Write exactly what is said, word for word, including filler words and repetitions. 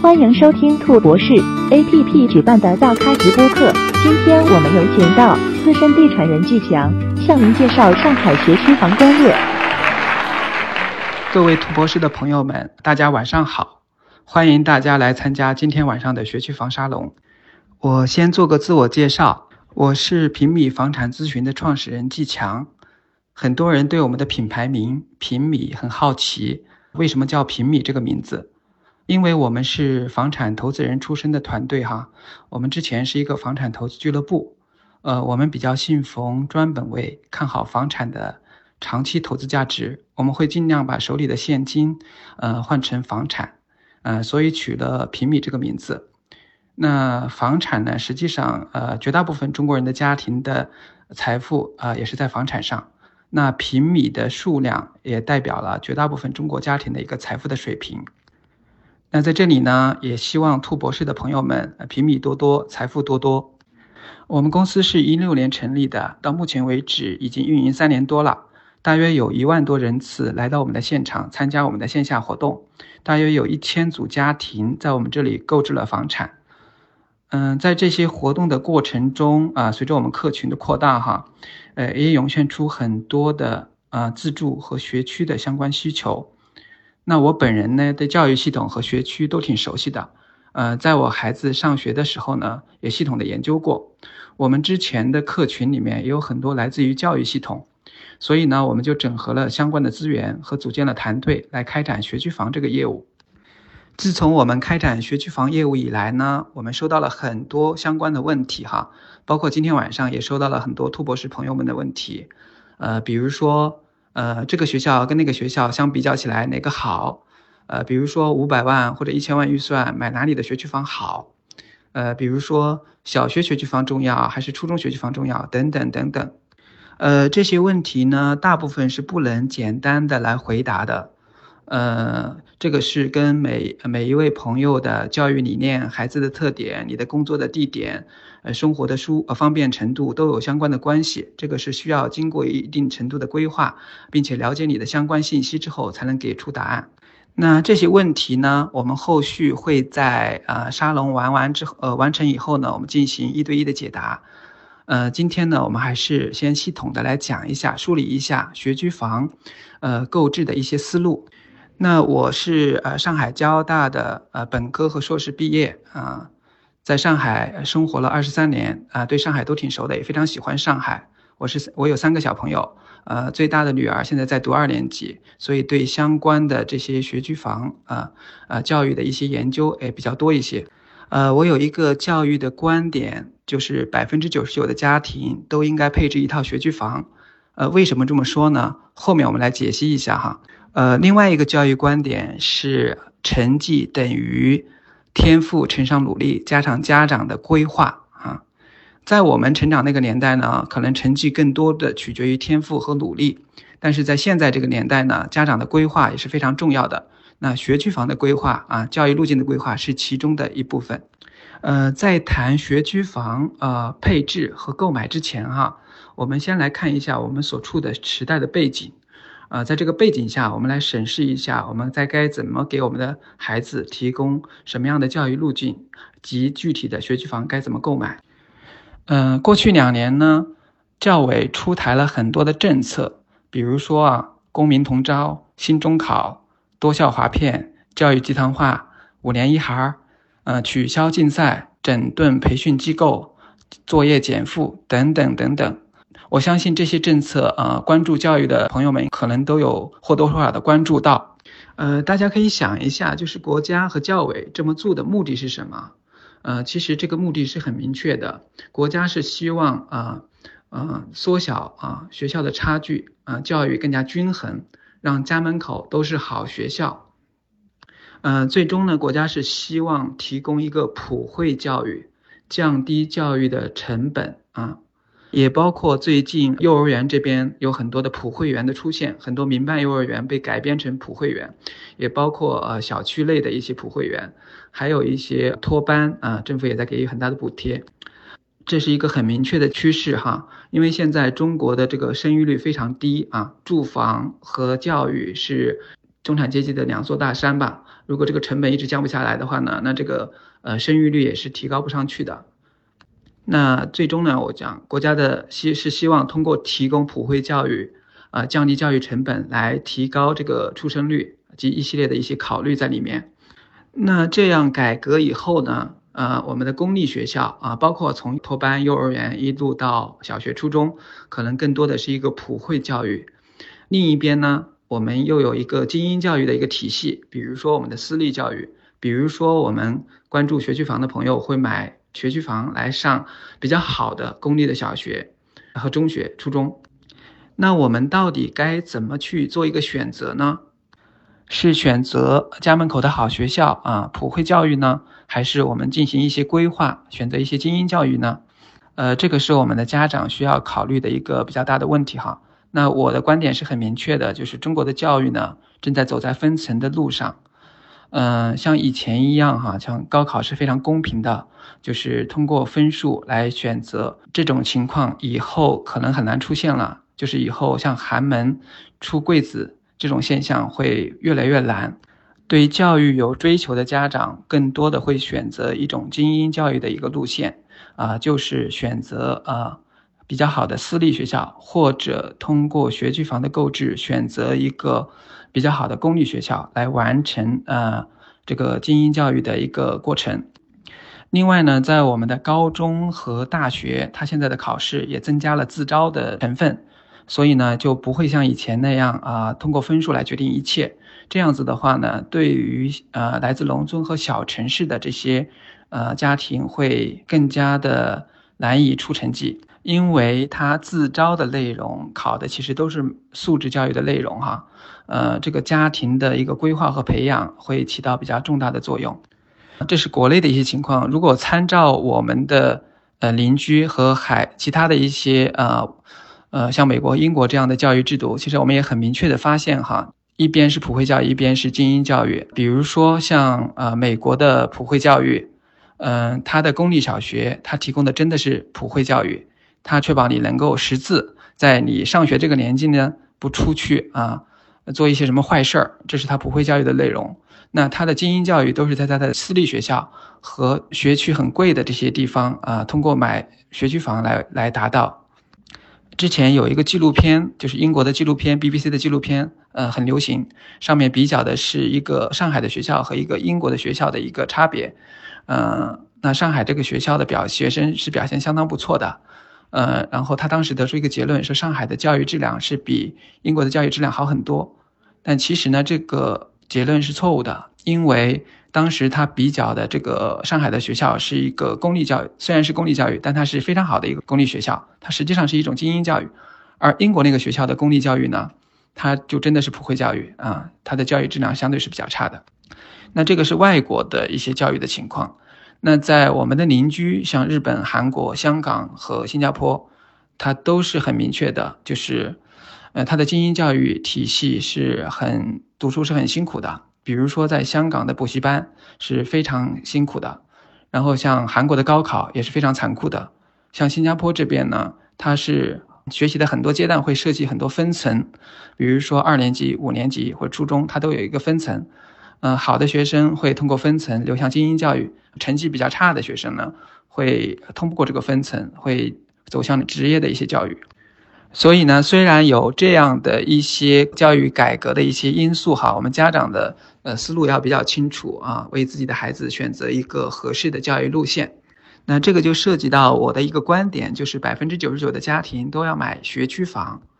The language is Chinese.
欢迎收听兔博士 A P P 举办的大咖直播课。今天我们有请到资深地产人季强，向您介绍上海学区房攻略。 各位兔博士的朋友们，大家晚上好，欢迎大家来参加今天晚上的学区房沙龙。我先做个自我介绍，我是平米房产咨询的创始人季强。很多人对我们的品牌名平米很好奇，为什么叫平米这个名字？因为我们是房产投资人出身的团队哈，我们之前是一个房产投资俱乐部，呃，我们比较信奉专本位，看好房产的长期投资价值，我们会尽量把手里的现金，呃，换成房产，呃，所以取了平米这个名字。那房产呢，实际上，呃，绝大部分中国人的家庭的财富啊、呃，也是在房产上。那平米的数量也代表了绝大部分中国家庭的一个财富的水平。那在这里呢，也希望兔博士的朋友们平米多多，财富多多。我们公司是一六年成立的，到目前为止已经运营三年多了，大约有一万多人次来到我们的现场参加我们的线下活动，大约有一千组家庭在我们这里购置了房产。嗯，在这些活动的过程中啊，随着我们客群的扩大哈，呃，也涌现出很多的啊自住和学区的相关需求。那我本人呢，对教育系统和学区都挺熟悉的，呃，在我孩子上学的时候呢，也系统的研究过。我们之前的客群里面也有很多来自于教育系统，所以呢，我们就整合了相关的资源和组建了团队来开展学区房这个业务。自从我们开展学区房业务以来呢，我们收到了很多相关的问题哈，包括今天晚上也收到了很多兔博士朋友们的问题，呃，比如说。呃，这个学校跟那个学校相比较起来哪个好？呃，比如说五百万或者一千万预算买哪里的学区房好？呃，比如说小学学区房重要还是初中学区房重要？等等等等。呃，这些问题呢，大部分是不能简单的来回答的。呃，这个是跟每每一位朋友的教育理念、孩子的特点、你的工作的地点、呃生活的舒呃方便程度都有相关的关系。这个是需要经过一定程度的规划，并且了解你的相关信息之后才能给出答案。那这些问题呢，我们后续会在呃沙龙玩完之后呃完成以后呢，我们进行一对一的解答。呃，今天呢，我们还是先系统的来讲一下、梳理一下学区房呃购置的一些思路。那我是呃上海交大的呃本科和硕士毕业啊、呃，在上海生活了二十三年啊、呃，对上海都挺熟的，也非常喜欢上海。我是我有三个小朋友，呃，最大的女儿现在在读二年级，所以对相关的这些学区房啊呃, 呃教育的一些研究也比较多一些。呃，我有一个教育的观点，就是百分之九十九的家庭都应该配置一套学区房。呃，为什么这么说呢？后面我们来解析一下哈。呃，另外一个教育观点是成绩等于天赋乘上努力加上家长的规划啊。在我们成长那个年代呢，可能成绩更多的取决于天赋和努力，但是在现在这个年代呢，家长的规划也是非常重要的。那学区房的规划啊，教育路径的规划是其中的一部分。呃，在谈学区房呃配置和购买之前哈，我们先来看一下我们所处的时代的背景。呃，在这个背景下，我们来审视一下，我们在该怎么给我们的孩子提供什么样的教育路径，及具体的学区房该怎么购买。呃，过去两年呢，教委出台了很多的政策，比如说啊，公民同招、新中考、多校划片、教育集团化、五年一孩，呃，取消竞赛、整顿培训机构、作业减负等等等等。我相信这些政策呃，关注教育的朋友们可能都有或多或少的关注到。呃，大家可以想一下，就是国家和教委这么做的目的是什么？呃，其实这个目的是很明确的，国家是希望啊呃, 呃缩小啊学校的差距啊、呃，教育更加均衡，让家门口都是好学校。呃，最终呢，国家是希望提供一个普惠教育，降低教育的成本啊。也包括最近幼儿园这边有很多的普惠园的出现，很多民办幼儿园被改编成普惠园，也包括呃小区类的一些普惠园，还有一些托班啊、呃，政府也在给予很大的补贴。这是一个很明确的趋势哈，因为现在中国的这个生育率非常低啊，住房和教育是中产阶级的两座大山吧。如果这个成本一直降不下来的话呢，那这个呃生育率也是提高不上去的。那最终呢，我讲国家的希是希望通过提供普惠教育，啊、呃，降低教育成本，来提高这个出生率及一系列的一些考虑在里面。那这样改革以后呢，呃，我们的公立学校啊，包括从托班、幼儿园一路到小学、初中，可能更多的是一个普惠教育。另一边呢，我们又有一个精英教育的一个体系，比如说我们的私立教育，比如说我们关注学区房的朋友会买学区房来上比较好的公立的小学和中学、初中。那我们到底该怎么去做一个选择呢？是选择家门口的好学校啊，普惠教育呢，还是我们进行一些规划，选择一些精英教育呢？呃，这个是我们的家长需要考虑的一个比较大的问题哈。那我的观点是很明确的，就是中国的教育呢，正在走在分层的路上。嗯、呃，像以前一样哈，像高考是非常公平的，就是通过分数来选择，这种情况以后可能很难出现了。就是以后像寒门出贵子这种现象会越来越难。对于教育有追求的家长，更多的会选择一种精英教育的一个路线啊、呃，就是选择呃比较好的私立学校，或者通过学区房的购置，选择一个比较好的公立学校来完成呃这个精英教育的一个过程。另外呢，在我们的高中和大学，它现在的考试也增加了自招的成分，所以呢，就不会像以前那样啊、呃，通过分数来决定一切。这样子的话呢，对于呃来自农村和小城市的这些呃家庭会更加的难以出成绩，因为它自招的内容考的其实都是素质教育的内容哈。呃，这个家庭的一个规划和培养会起到比较重大的作用。这是国内的一些情况。如果参照我们的呃邻居和海其他的一些呃呃像美国、英国这样的教育制度，其实我们也很明确的发现哈，一边是普惠教育，一边是精英教育。比如说像呃美国的普惠教育，嗯、呃，它的公立小学它提供的真的是普惠教育，它确保你能够识字，在你上学这个年纪呢不出去啊做一些什么坏事儿，这是它普惠教育的内容。那它的精英教育都是在它的私立学校和学区很贵的这些地方啊、呃，通过买学区房来来达到。之前有一个纪录片，就是英国的纪录片 B B C 的纪录片呃，很流行，上面比较的是一个上海的学校和一个英国的学校的一个差别。呃，那上海这个学校的表学生是表现相当不错的，呃，然后他当时得出一个结论，说上海的教育质量是比英国的教育质量好很多。但其实呢，这个结论是错误的，因为当时他比较的这个上海的学校是一个公立教育，虽然是公立教育，但它是非常好的一个公立学校，它实际上是一种精英教育。而英国那个学校的公立教育呢，它就真的是普惠教育啊，它的教育质量相对是比较差的。那这个是外国的一些教育的情况。那在我们的邻居，像日本、韩国、香港和新加坡，它都是很明确的，就是呃，它的精英教育体系是很读书是很辛苦的。比如说在香港的补习班是非常辛苦的，然后像韩国的高考也是非常残酷的。像新加坡这边呢，它是学习的很多阶段会设计很多分层，比如说二年级、五年级或者初中，它都有一个分层。呃，好的学生会通过分层流向精英教育，成绩比较差的学生呢，会通不过这个分层，会走向职业的一些教育。所以呢，虽然有这样的一些教育改革的一些因素哈，我们家长的呃思路要比较清楚啊，为自己的孩子选择一个合适的教育路线。那这个就涉及到我的一个观点，就是百分之九十九的家庭都要买学区房。